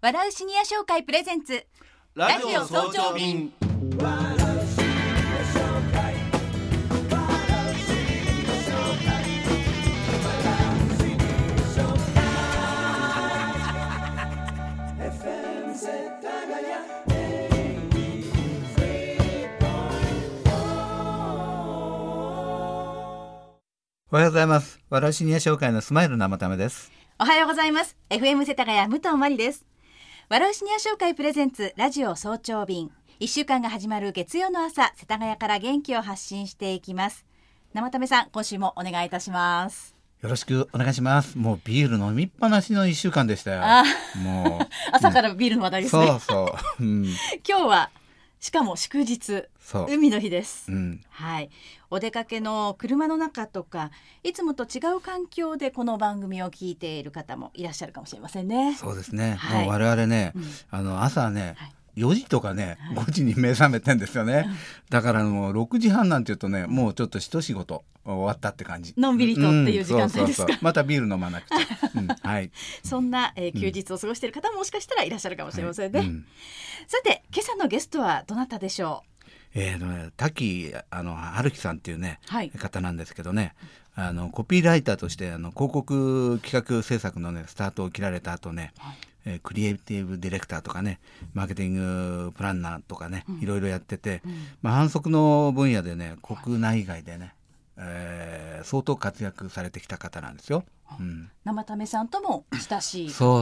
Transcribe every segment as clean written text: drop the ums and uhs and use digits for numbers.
笑うシニア商会プレゼンツラジオ早朝便。 おはようございます。笑うシニア商会のスマイル生ためです。 おはようございます。 FM 世田谷武藤真理です。笑うシニア商会プレゼンツラジオ早朝便。1週間が始まる月曜の朝、世田谷から元気を発信していきます。生ためさん、今週もお願いいたします。 よろしくお願いします。もうビール飲みっぱなしの1週間でしたよ。もう朝からビールの話題ですね。 そうそう、 今日はしかも祝日、海の日です、はい。お出かけの車の中とか、いつもと違う環境でこの番組を聞いている方もいらっしゃるかもしれませんね。 そうですね、 はい、 もう我々ね、朝ね、4時とかね、5時に目覚めてんですよね、だからもう6時半なんて言うとね、もうちょっと一仕事終わったって感じ。 のんびりとっていう時間帯ですか。 またビール飲まなくちゃ、はい、 そんな、休日を過ごしている方ももしかしたらいらっしゃるかもしれませんね、さて今朝のゲストはどなたでしょう。 滝春樹さんっていうね、方なんですけどね、コピーライターとして広告企画制作のねスタートを切られた後ね、クリエイティブディレクターとかね、マーケティングプランナーとかね、いろいろやってて、販促の分野でね、国内外でね、相当活躍されてきた方なんですよ。 生ためさんとも親しい。 そう、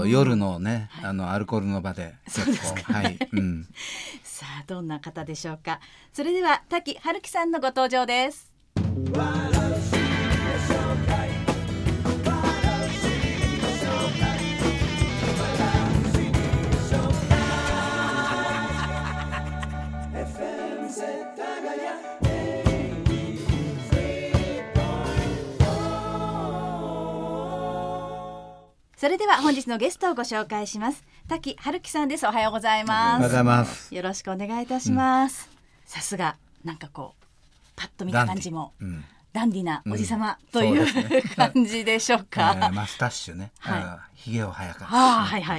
夜のね、アルコールの場でそうですか、はい、さあどんな方でしょうか。それでは滝春樹さんのご登場です。それでは本日のゲストをご紹介します。滝春樹さんです。おはようございます。 おはようございます。 よろしくお願いいたします。さすがなんかこうパッと見た感じもダンディなおじさまという、感じでしょうか。 マスタッシュね、ひげを早かった、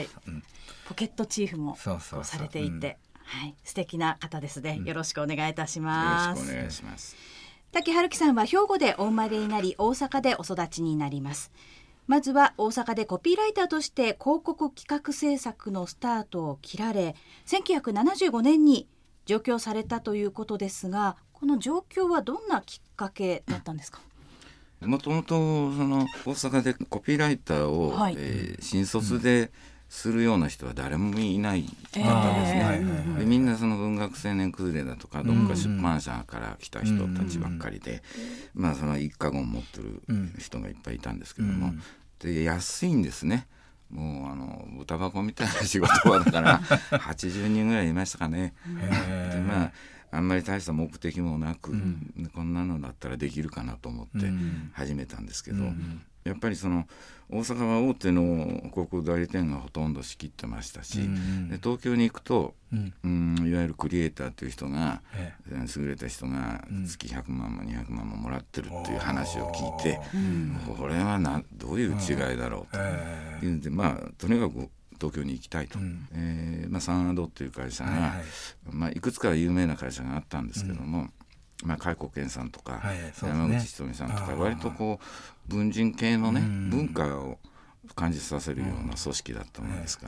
ポケットチーフもされていて、素敵な方ですね、よろしくお願いいたします。 よろしくお願いします。 滝春樹さんは兵庫でお生まれになり、大阪でお育ちになります。まずは大阪でコピーライターとして広告企画制作のスタートを切られ、1975年に上京されたということですが、この上京はどんなきっかけだったんですか。 もともと大阪でコピーライターを、新卒でするような人は誰もいないかったですね、でみんなその文学青年崩れだとかどっか出版社から来た人たちばっかりで、その一家言を持ってる人がいっぱいいたんですけども、で安いんですね。もう豚箱みたいな仕事場だから80人ぐらいいましたかね。であんまり大した目的もなく、こんなのだったらできるかなと思って始めたんですけど、やっぱりその大阪は大手の広告代理店がほとんど仕切ってましたし、で東京に行くと、いわゆるクリエイターという人が、優れた人が月100万も200万ももらってるっていう話を聞いて、これはどういう違いだろうというので、とにかく東京に行きたいと、サンアドっていう会社が、いくつか有名な会社があったんですけども、海国健さんとか、山口ひとみさんとか、割とこう文人系のね、文化を感じさせるような組織だったものですから、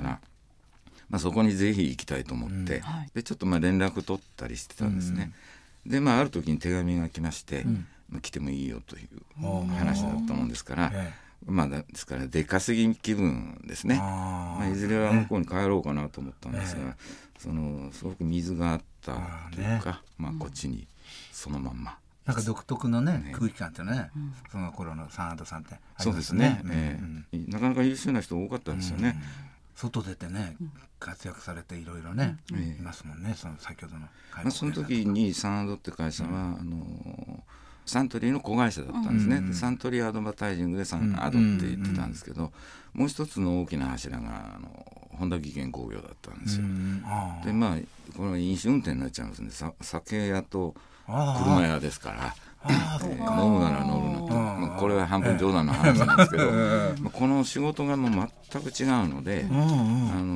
そこにぜひ行きたいと思って、でちょっと連絡取ったりしてたんですね。である時に手紙が来まして、来てもいいよという話だったもんですから、ですから出稼ぎ気分ですね。いずれは向こうに帰ろうかなと思ったんですが、すごく水があったというか、こっちにそのまんまなんか独特のね、空気感ってね、その頃のサンアドさんってありますね。 そうですね、なかなか優秀な人多かったですよね。 外出てね、活躍されていろいろね、いますもんね。その先ほどのその時にサンアドって会社は、サントリーの子会社だったんですね、でサントリーアドバタイジングでサンアドって言ってたんですけど、もう一つの大きな柱が本田技研工業だったんですよ。でこれは飲酒運転になっちゃうんですね。酒屋と車屋ですから、飲むなら乗るのと、これは半分冗談の話なんですけどこの仕事がもう全く違うので、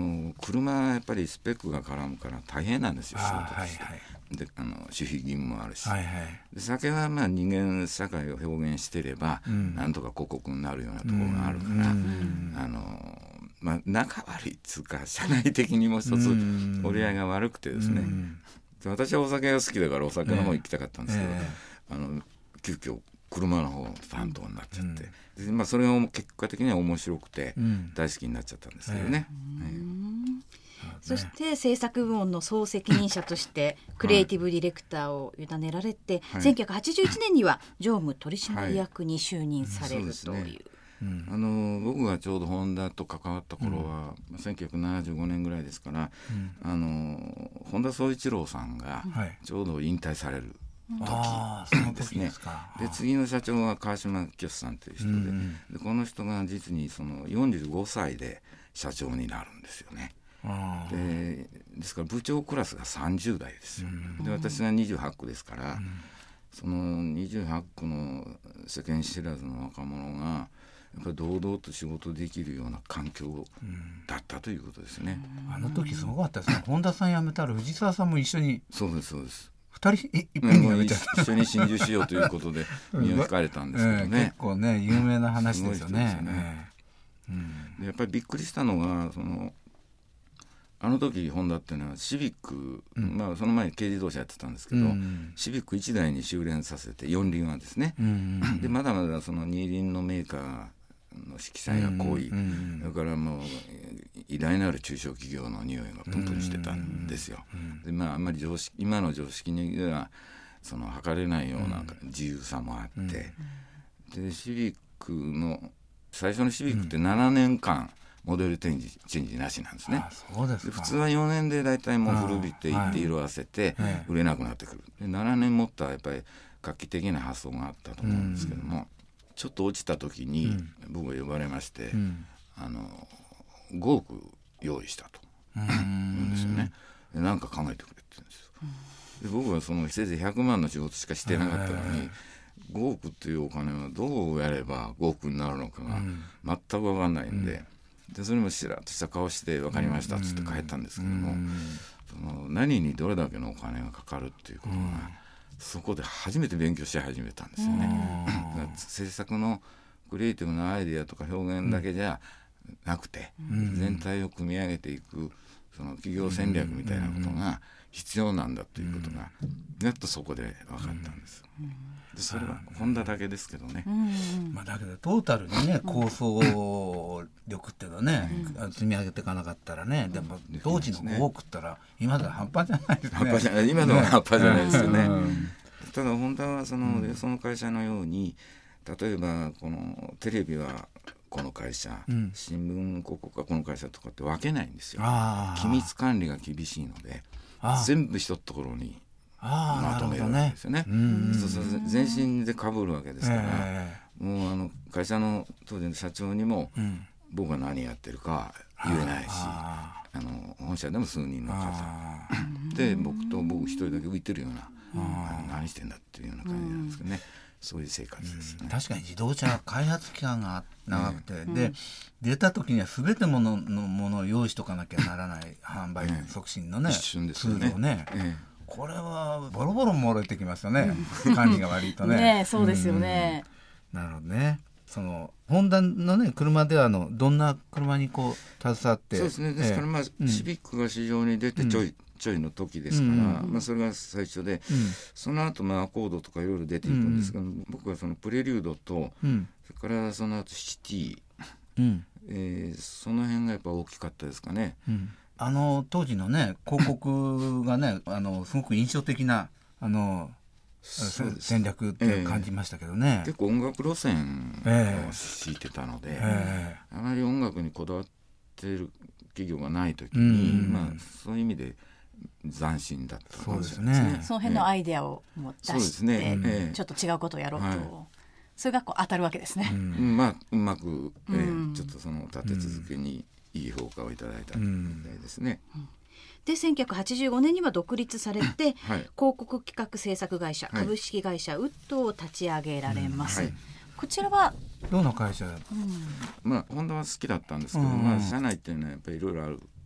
車はやっぱりスペックが絡むから大変なんですよ、仕事として。で守秘義務もあるし、で酒はまあ人間社会を表現してれば、なんとか広告になるようなところがあるから、まあ、仲悪いっつうか社内的にも一つ折り合いが悪くてですね、で私はお酒が好きだからお酒の方行きたかったんですけど、急遽車の方担当になっちゃって、でまあ、それが結果的には面白くて大好きになっちゃったんですけどね。 そして制作部門の総責任者としてクリエイティブディレクターを委ねられて、1981年には常務取締役に就任されるという、 僕がちょうどホンダと関わった頃は、1975年ぐらいですから、本田宗一郎さんがちょうど引退される時ですね。で次の社長は川島清さんという人 でこの人が実にその45歳で社長になるんですよね。ですから部長クラスが30代ですよ。で私が28区ですから、その28区の世間知らずの若者がやっぱり堂々と仕事できるような環境だったということですね。 あの時すごかったですね。本田さん辞めたら藤沢さんも一緒に。 そうですそうです。 2人いっぺんに辞めちゃった。 一緒に心中しようということで身を引かれたんですけどね。 結構ね有名な話ですよね。 でやっぱりびっくりしたのがあの時ホンダっていうのはシビック、まあ、その前に軽自動車やってたんですけど、シビック1台に修練させて4輪はですね、でまだまだその2輪のメーカーの色彩が濃い、だからもう偉大なる中小企業の匂いがプンプンしてたんですよ。でまああんまり今の常識にはその測れないような自由さもあって、でシビックの最初のシビックって7年間モデルチェンジなしなんですね。 そうですか。 普通は4年でだいたいもう古びていって色あせて売れなくなってくる。で7年持ったやっぱり画期的な発想があったと思うんですけども、ちょっと落ちた時に僕が呼ばれまして、5億用意したと言うんですよね。でなんか考えてくれって言うんですよ。で僕はそのせいぜい100万の仕事しかしてなかったのに、5億っていうお金はどうやれば5億になるのかが全く分かんないんで、でそれもしらっとした顔して分かりましたっつって帰ったんですけども、その何にどれだけのお金がかかるっていうことが、そこで初めて勉強し始めたんですよね。だから制作のクリエイティブなアイデアとか表現だけじゃなくて、全体を組み上げていくその企業戦略みたいなことが必要なんだということがやっとそこで分かったんです。でそれはホンダだけですけどね。 まあ、だけどトータルにね構想力っていうのはね、積み上げていかなかったらね、でも当時の5億ったら今では半端じゃないですね。 半端じゃない、今でも半端じゃないですよね。ただホンダはその会社のように、例えばこのテレビはこの会社、新聞広告はこの会社とかって分けないんですよ。機密管理が厳しいので全部一ところにまとめるわけですよね。全身で被るわけですから、もう会社の当時の社長にも僕が何やってるか言えないし、本社でも数人の方で僕一人だけ浮いてるような、何してんだっていうような感じなんですけどね。そういう生活ですね。 確かに自動車は開発期間が長くて、で出た時には全てのものを用意しとかなきゃならない販売促進のね、ツールをね、これはボロボロ漏れてきますよね。管理が悪いとね。 そうですよね。 なるほどね。そのホンダのね車ではどんな車にこう携わって。 そうですね。ですからまあ、シビックが市場に出てちょいの時ですから、それが最初で、その後アコードとかいろいろ出ていくんですが、僕はそのプレリュードと、それからその後シティ、その辺がやっぱ大きかったですかね。 当時のね広告がねすごく印象的な戦略って感じましたけどね。 結構音楽路線を敷いてたので、あまり音楽にこだわっている企業がない時に、そういう意味で斬新だったかもしれないですね。 その辺のアイデアをも出して、ちょっと違うことをやろうと、それがこう当たるわけですね。 うまく、ちょっとその立て続けにいい評価をいただいたみたいですね。 で1985年には独立されて、広告企画制作会社、株式会社ウッドを立ち上げられます。こちらはどんな会社？ ホンダは好きだったんですけど、社内っていうのはやっぱりいろいろある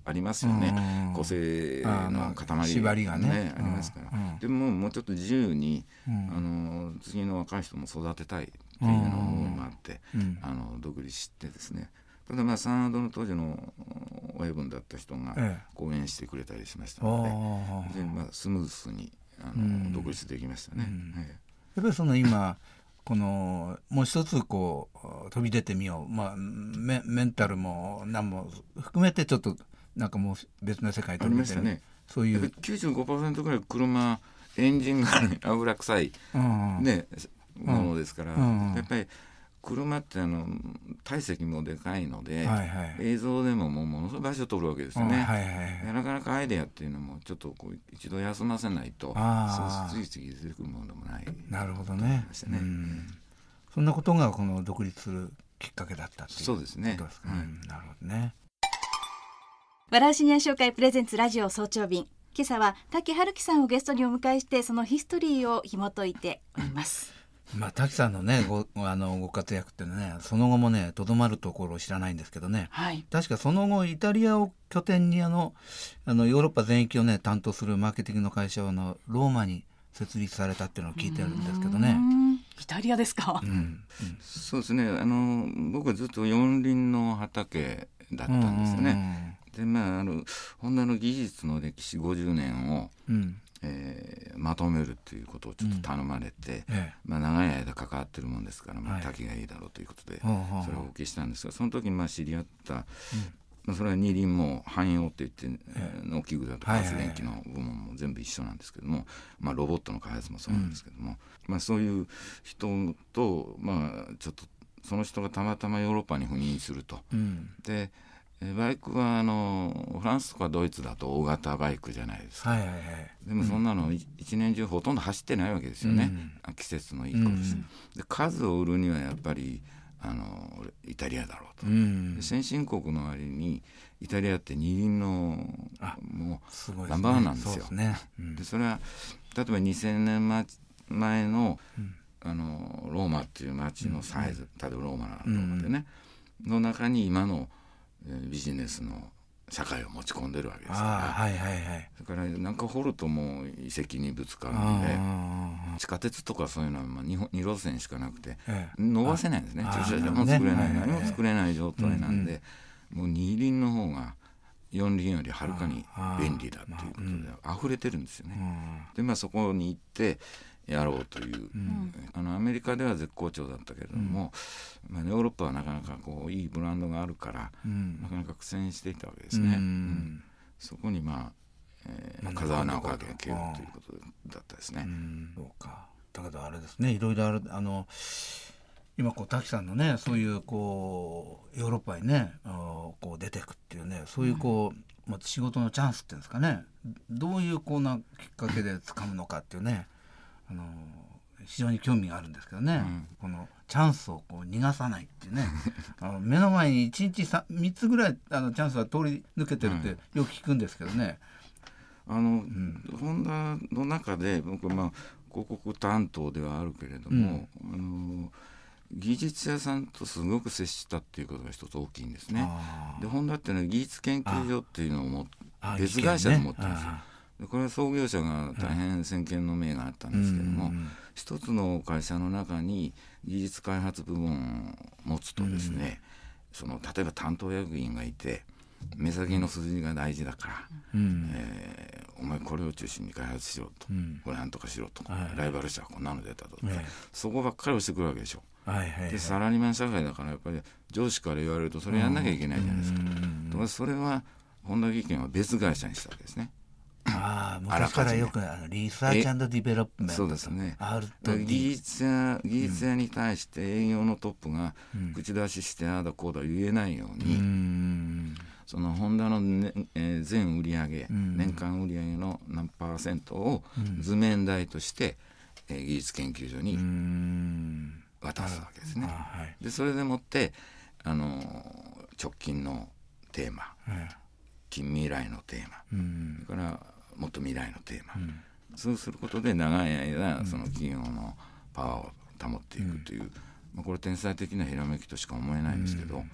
ありますよね、個性の塊縛りがねありますから、でももうちょっと自由に、次の若い人も育てたいっていうような思いもあって、独立してですね、ただサンアドの当時の親分だった人が講演してくれたりしましたので、スムースに独立できましたね。 やっぱりその今このもう一つこう飛び出てみよう、メンタルも何も含めてちょっとなんかもう別の世界飛び出てる、そういう 95% ぐらい車エンジンが、ね、油臭い、ものですから、やっぱり車って体積もでかいので、映像でもものすごい場所を取るわけですよね。なかなかアイデアっていうのもちょっと一度休ませないと次々出てくるものでもない。 なるほどね。そんなことがこの独立するきっかけだったっていうそうですね。 なるほどね。 笑うシニア紹介プレゼンツラジオ早朝便、今朝は滝春樹さんをゲストにお迎えしてそのヒストリーを紐解いております。 滝さんのねご活躍ってね、その後もねとどまるところを知らないんですけどね、確かその後イタリアを拠点にヨーロッパ全域をね担当するマーケティングの会社をローマに設立されたっていうのを聞いてるんですけどね。 イタリアですか。 そうですね、僕はずっと四輪の畑だったんですよね。でホンダの技術の歴史50年を、まとめるということをちょっと頼まれて、長い間関わってるもんですから、滝がいいだろうということで、それをお受けしたんですが、その時に知り合った、それは二輪も汎用って言って、農機具だとか発電機の部門も全部一緒なんですけども、ロボットの開発もそうなんですけども、そういう人と、ちょっとその人がたまたまヨーロッパに赴任すると、でバイクはフランスとかドイツだと大型バイクじゃないですか、でもそんなの一年中ほとんど走ってないわけですよね、季節のいい頃です、で数を売るにはやっぱりイタリアだろうと、で先進国の割にイタリアって二輪のもうナンバーワンなんですよ。でそれは例えば2000年前の、ローマっていう街のサイズ、例えばローマでね、の中に今のビジネスの社会を持ち込んでるわけですから、それからなんか掘るともう遺跡にぶつかるので、地下鉄とかそういうのは2路線しかなくて伸ばせないんですね。駐車場も作れない、何も作れない状態なんで、もう二輪の方が四輪よりはるかに便利だっていうことで溢れてるんですよね。でそこに行ってやろうという、アメリカでは絶好調だったけれども、ヨーロッパはなかなかいいブランドがあるから、なかなか苦戦していたわけですね。そこに風穴をかけるということだったですね。 そうか。だけどあれですね、いろいろある今滝さんのねそういうヨーロッパにね出ていくっていうね、そういう仕事のチャンスっていうんですかね、どういうなきっかけで掴むのかっていうね、非常に興味があるんですけどね、このチャンスを逃がさないっていうね目の前に1日 3つぐらいチャンスは通り抜けてるってよく聞くんですけどね。 ホンダの中で僕は広告担当ではあるけれども、技術屋さんとすごく接したっていうことが一つ大きいんですね。でホンダっていうのは技術研究所っていうのを別会社で持ってるんですよ。でこれは創業者が大変先見の明があったんですけども、一つの会社の中に技術開発部門を持つとですね、例えば担当役員がいて目先の数字が大事だから、お前これを中心に開発しろと、これなんとかしろと、ライバル社はこんなの出たと、そこばっかり押してくるわけでしょ。でサラリーマン社会だからやっぱり上司から言われるとそれやんなきゃいけないじゃないですか。だからそれはホンダ技研は別会社にしたわけですね。 昔からよくリサーチ&ディベロップメント、 そうですね、技術屋に対して営業のトップが口出ししてああだこうだ言えないように、そのホンダの、全売上、年間売上の何%を図面代として、技術研究所に渡すわけですね。でそれでもって直近のテーマ、近未来のテーマ、それからもっと未来のテーマ、そうすることで長い間その企業のパワーを保っていくという、これ天才的なひらめきとしか思えないんですけど、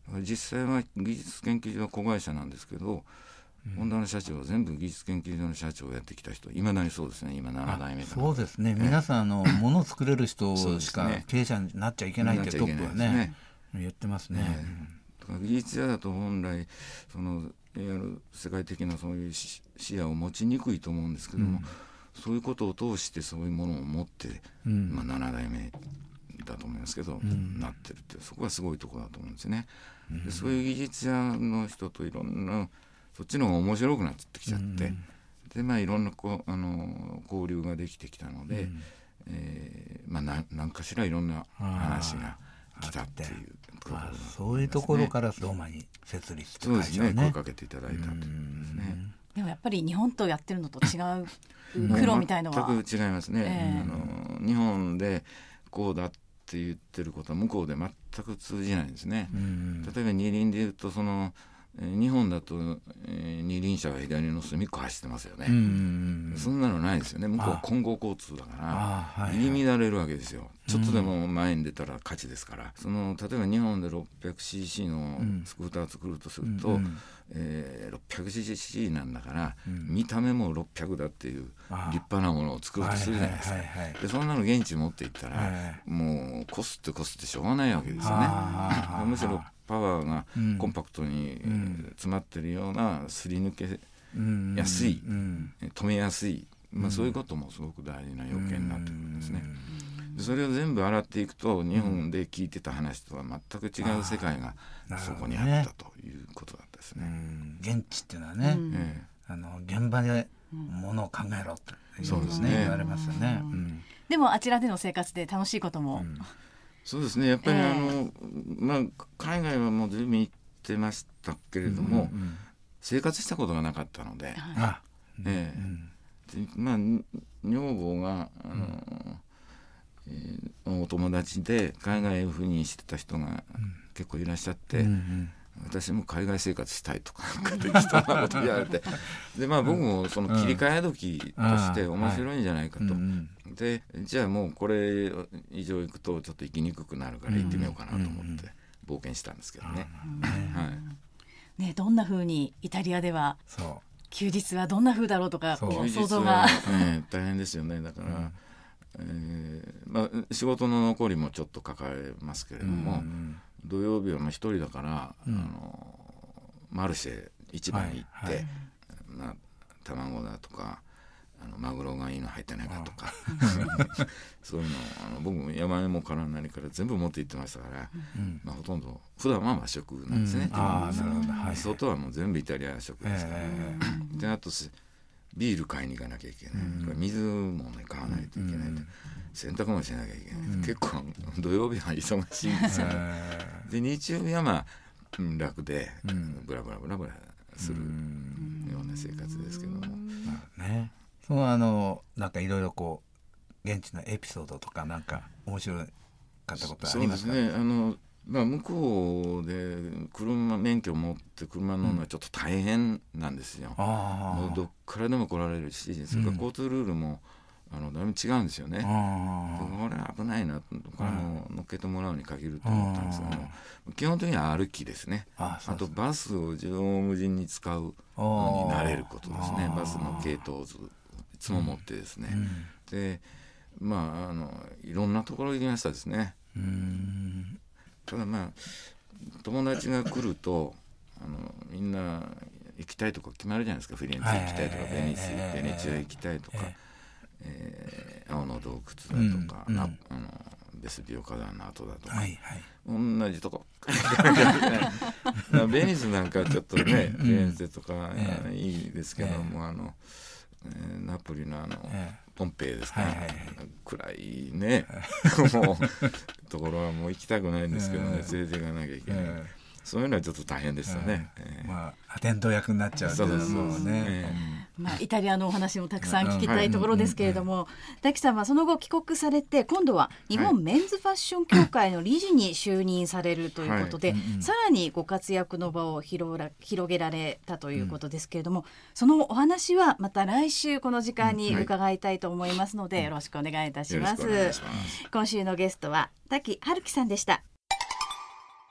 実際は技術研究所は子会社なんですけど、ホンダの社長は全部技術研究所の社長をやってきた人、いまだにそうですね。今7代目かな。 そうですね、皆さん物を作れる人しか経営者になっちゃいけないってトップはね言ってますね。 だから技術者だと本来そのいわゆる世界的なそういう視野を持ちにくいと思うんですけども、そういうことを通してそういうものを持って、7代目だと思いますけど、なってるって、そこがすごいところだと思うんですね。でそういう技術者の人といろんなそっちの方が面白くなってきちゃって、でいろんな交流ができてきたので、何かしらいろんな話が来たっていうところだと思いますね。 そういうところからローマに設立して会社をね、 そうですね、声かけていただいたということですね。 でもやっぱり日本とやってるのと違う苦労みたいのは全く違いますね。日本でこうだって言ってることは向こうで全く通じないんですね。例えば二輪で言うと日本だと、二輪車が左の隅っこ走ってますよね。そんなのないですよね。向こうは混合交通だから入り乱れるわけですよ。ちょっとでも前に出たら勝ちですから、例えば日本で 600cc のスクーターを作るとすると、600cc なんだから、見た目も600だっていう立派なものを作ろうとするじゃないですか。でそんなの現地持っていったら、もうコスってしょうがないわけですよね。むしろパワーがコンパクトに詰まってるようなすり抜けやすい、止めやすい、そういうこともすごく大事な要件になってくるんですね。でそれを全部洗っていくと、日本で聞いてた話とは全く違う世界がそこにあったということだったですね。 現地っていうのはね、現場でものを考えろってそうですね、言われますよね。 でもあちらでの生活で楽しいことも、 そうですね、やっぱり海外はもう随分行ってましたけれども、生活したことがなかったので、女房がお友達で海外赴任してた人が結構いらっしゃって、私も海外生活したいとか人のこと言われてで、僕もその切り替え時として面白いんじゃないかと、でじゃあもうこれ以上行くとちょっと行きにくくなるから行ってみようかなと思って冒険したんですけどね。 どんな風にイタリアでは休日はどんな風だろうとか想像が、 大変ですよね。だから、仕事の残りもちょっと抱えますけれども、土曜日は一人だから、マルシェ市場に行って、卵だとかマグロがいいの入ってないかとかそういうの僕も山芋から何から全部持って行ってましたから、ほとんど普段は和食なんですね。外はもう全部イタリア食ですから、であとビール買いに行かなきゃいけない、水もね買わないといけない、洗濯もしなきゃいけない、結構土曜日は忙しいんですよね。で日曜日は楽でブラブラするような生活ですけども、 そのなんかいろいろ現地のエピソードとかなんか面白かったことありますか？ そうですね、向こうで免許を持って車乗るのはちょっと大変なんですよ。もうどっからでも来られるし、それから交通ルールもだいぶ違うんですよね。これは危ないなと、これも乗っけてもらうに限ると思ったんですけども、基本的には歩きですね。あとバスを縦横無尽に使うのに慣れることですね。バスの系統をいつも持ってですね、でいろんなところ行きましたですね。ただ友達が来るとみんな行きたいとこ決まるじゃないですか。フィレンツェ行きたいとか、ベネチア行きたいとか、青の洞窟だとか、ベスビオ火山の跡だとか、同じとこベニスなんかちょっとね、フィレンツェとかいいですけども、ナポリのポンペイですか、暗いねもうところはもう行きたくないんですけどね、連れていかなきゃいけない、そういうのはちょっと大変でしたね。 アテンド役になっちゃうんですもんね。 イタリアのお話もたくさん聞きたいところですけれども、滝さんはその後帰国されて、今度は日本メンズファッション協会の理事に就任されるということで、さらにご活躍の場を広げられたということですけれども、そのお話はまた来週この時間に伺いたいと思いますので、よろしくお願いいたします。今週のゲストは滝春樹さんでした。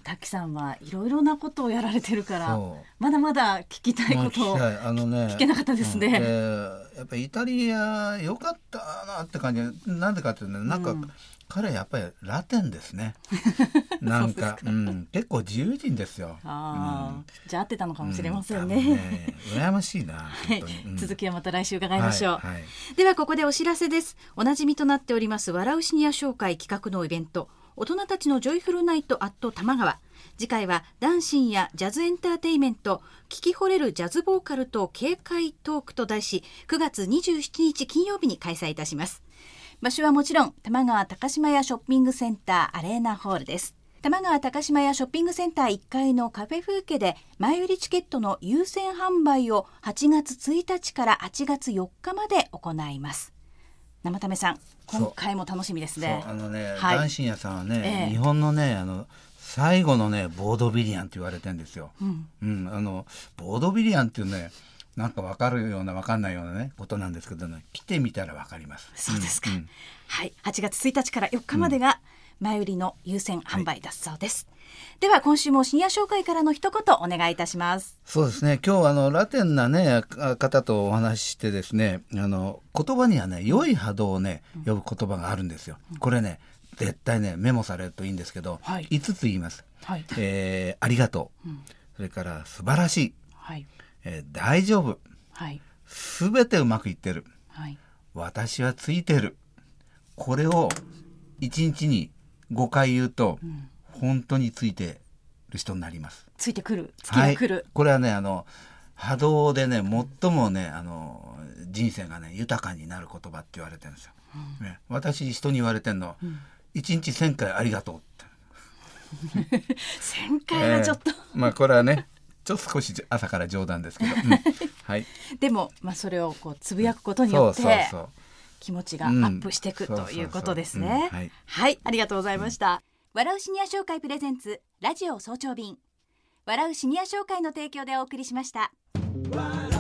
滝さんはいろいろなことをやられてるからまだまだ聞きたいことを聞けなかったですね。 やっぱりイタリア良かったなって感じ。なんでかっていうと、なんか、彼やっぱりラテンですね。なんか結構自由人ですよ。 じゃあ合ってたのかもしれませんね。 羨ましいな、本当に。 続きはまた来週伺いましょう。ではここでお知らせです。おなじみとなっております笑うシニア商会企画のイベント、大人たちのジョイフルナイトアット玉川。次回はダンシンやジャズエンターテイメント、聞き惚れるジャズボーカルと軽快トークと題し、9月27日金曜日に開催いたします。場所はもちろん玉川高島屋ショッピングセンターアレーナホールです。玉川高島屋ショッピングセンター1階のカフェ風景で前売りチケットの優先販売を8月1日から8月4日まで行います。生為さん、今回も楽しみですね。 ダンシン屋さんはね、日本のね最後のねボードビリアンって言われてるんですよ。ボードビリアンっていうね、なんか分かるような分かんないようなねことなんですけどね、来てみたら分かります。 そうですか。はい、8月1日から4日までが前売りの優先販売だそうです。では今週もシニア紹介からの一言お願いいたします。 そうですね、今日ラテンなね方とお話ししてですね、言葉にはね良い波動をね呼ぶ言葉があるんですよ。これね絶対ねメモされるといいんですけど、5つ言います。ありがとう、それから素晴らしい、大丈夫、すべてうまくいってる、私はついてる。これを1日に5回言うと、本当についてる人になります。 ついてくる、つきがくる、 これはね波動でね最もね人生がね豊かになる言葉って言われてるんですよ。私人に言われてるの、1日1000回ありがとうって 1000回はちょっと、 これはねちょっと少し朝から冗談ですけど、 でも、それをこうつぶやくことによって気持ちがアップしていくということですね。はい、ありがとうございました。笑うシニア商会プレゼンツラジオ早朝便、笑うシニア商会の提供でお送りしました。